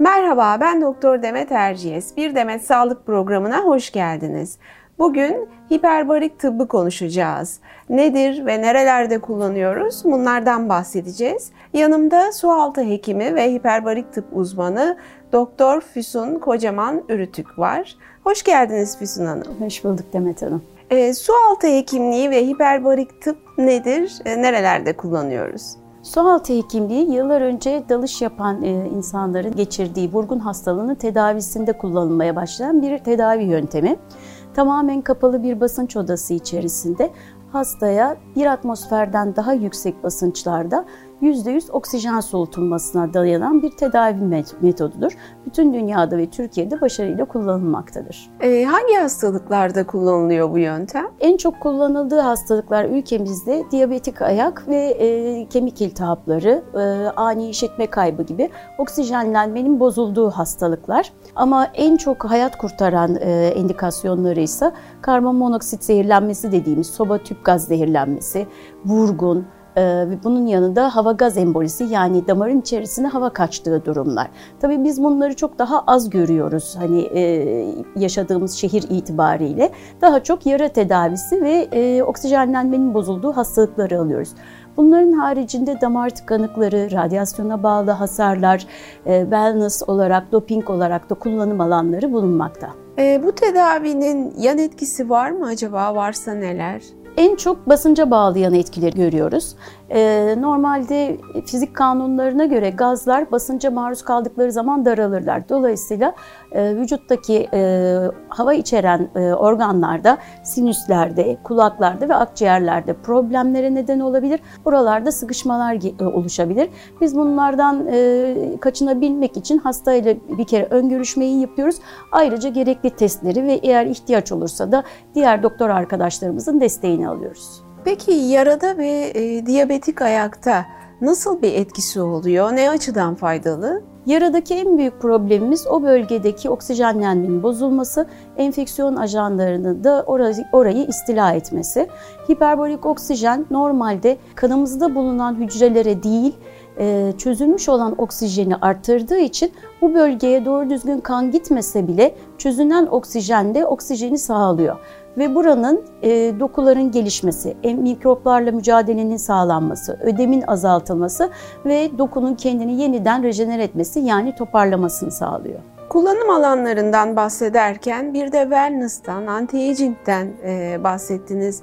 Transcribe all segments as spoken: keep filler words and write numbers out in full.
Merhaba, ben Doktor Demet Erciyes. Bir Demet Sağlık programına hoş geldiniz. Bugün hiperbarik tıbbı konuşacağız. Nedir ve nerelerde kullanıyoruz? Bunlardan bahsedeceğiz. Yanımda sualtı hekimi ve hiperbarik tıp uzmanı Doktor Füsun Kocaman Ürütük var. Hoş geldiniz Füsun Hanım. Hoş bulduk Demet Hanım. E, sualtı hekimliği ve hiperbarik tıp nedir? E, nerelerde kullanıyoruz? Sualtı hekimliği yıllar önce dalış yapan e, insanların geçirdiği vurgun hastalığının tedavisinde kullanılmaya başlayan bir tedavi yöntemi. Tamamen kapalı bir basınç odası içerisinde hastaya bir atmosferden daha yüksek basınçlarda yüzde yüz oksijen soğutulmasına dayanan bir tedavi metodudur. Bütün dünyada ve Türkiye'de başarıyla kullanılmaktadır. E, hangi hastalıklarda kullanılıyor bu yöntem? En çok kullanıldığı hastalıklar ülkemizde diyabetik ayak ve e, kemik iltihapları, e, ani işitme kaybı gibi oksijenlenmenin bozulduğu hastalıklar. Ama en çok hayat kurtaran e, endikasyonları ise karbon monoksit zehirlenmesi dediğimiz soba tüp gaz zehirlenmesi, vurgun, ve bunun yanında hava gaz embolisi, yani damarın içerisine hava kaçtığı durumlar. Tabii biz bunları çok daha az görüyoruz hani e, yaşadığımız şehir itibariyle. Daha çok yara tedavisi ve e, oksijenlenmenin bozulduğu hastalıkları alıyoruz. Bunların haricinde damar tıkanıkları, radyasyona bağlı hasarlar, e, wellness olarak, doping olarak da kullanım alanları bulunmakta. E, bu tedavinin yan etkisi var mı acaba? Varsa neler? En çok basınca bağlayan etkileri görüyoruz. Ee, normalde fizik kanunlarına göre gazlar basınca maruz kaldıkları zaman daralırlar. Dolayısıyla e, vücuttaki e, hava içeren e, organlarda, sinüslerde, kulaklarda ve akciğerlerde problemlere neden olabilir. Buralarda sıkışmalar e, oluşabilir. Biz bunlardan e, kaçınabilmek için hastayla bir kere ön görüşmeyi yapıyoruz. Ayrıca gerekli testleri ve eğer ihtiyaç olursa da diğer doktor arkadaşlarımızın desteğini alıyoruz. Peki yarada ve e, diyabetik ayakta nasıl bir etkisi oluyor? Ne açıdan faydalı? Yaradaki en büyük problemimiz o bölgedeki oksijenlenmenin bozulması, enfeksiyon ajanlarının da orayı, orayı istila etmesi. Hiperbarik oksijen normalde kanımızda bulunan hücrelere değil, çözülmüş olan oksijeni arttırdığı için bu bölgeye doğru düzgün kan gitmese bile çözünen oksijenle oksijeni sağlıyor. Ve buranın e, dokuların gelişmesi, mikroplarla mücadelenin sağlanması, ödemin azaltılması ve dokunun kendini yeniden rejenere etmesi, yani toparlamasını sağlıyor. Kullanım alanlarından bahsederken bir de wellness'tan, anti-aging'den e, bahsettiniz.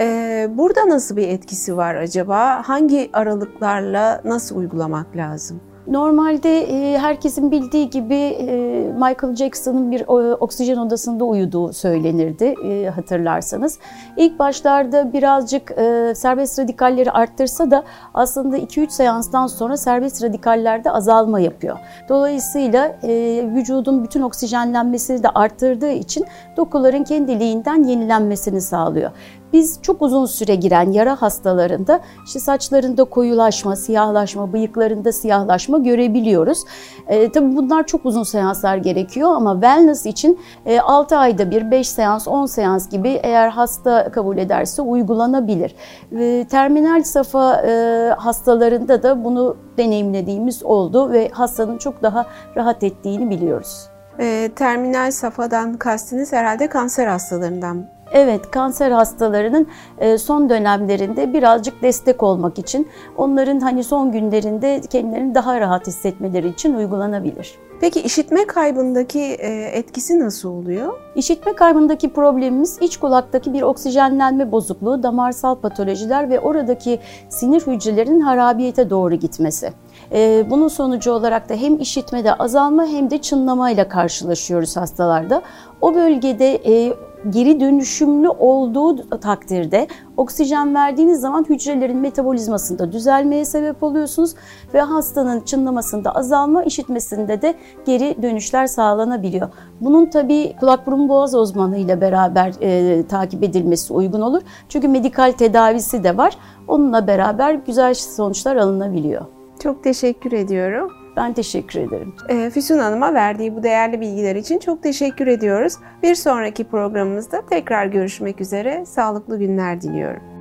E, burada nasıl bir etkisi var acaba? Hangi aralıklarla nasıl uygulamak lazım? Normalde e, herkesin bildiği gibi e, Michael Jackson'ın bir o, oksijen odasında uyuduğu söylenirdi e, hatırlarsanız. İlk başlarda birazcık e, serbest radikalleri arttırsa da aslında iki üç seanstan sonra serbest radikallerde azalma yapıyor. Dolayısıyla e, vücudun bütün oksijenlenmesini de arttırdığı için dokuların kendiliğinden yenilenmesini sağlıyor. Biz çok uzun süre giren yara hastalarında işte saçlarında koyulaşma, siyahlaşma, bıyıklarında siyahlaşma görebiliyoruz. E, tabii bunlar çok uzun seanslar gerekiyor ama wellness için e, altı ayda bir, beş seans, on seans gibi eğer hasta kabul ederse uygulanabilir. E, terminal safa e, hastalarında da bunu deneyimlediğimiz oldu ve hastanın çok daha rahat ettiğini biliyoruz. E, terminal safhadan kastınız herhalde kanser hastalarından. Evet, kanser hastalarının son dönemlerinde birazcık destek olmak için, onların hani son günlerinde kendilerini daha rahat hissetmeleri için uygulanabilir. Peki işitme kaybındaki etkisi nasıl oluyor? İşitme kaybındaki problemimiz iç kulaktaki bir oksijenlenme bozukluğu, damarsal patolojiler ve oradaki sinir hücrelerinin harabiyete doğru gitmesi. Bunun sonucu olarak da hem işitmede azalma hem de çınlamayla karşılaşıyoruz hastalarda. O bölgede geri dönüşümlü olduğu takdirde oksijen verdiğiniz zaman hücrelerin metabolizmasında düzelmeye sebep oluyorsunuz ve hastanın çınlamasında azalma, işitmesinde de geri dönüşler sağlanabiliyor. Bunun tabii kulak burun boğaz uzmanı ile beraber e, takip edilmesi uygun olur. Çünkü medikal tedavisi de var. Onunla beraber güzel sonuçlar alınabiliyor. Çok teşekkür ediyorum. Ben teşekkür ederim. E, Füsun Hanım'a verdiği bu değerli bilgiler için çok teşekkür ediyoruz. Bir sonraki programımızda tekrar görüşmek üzere. Sağlıklı günler diliyorum.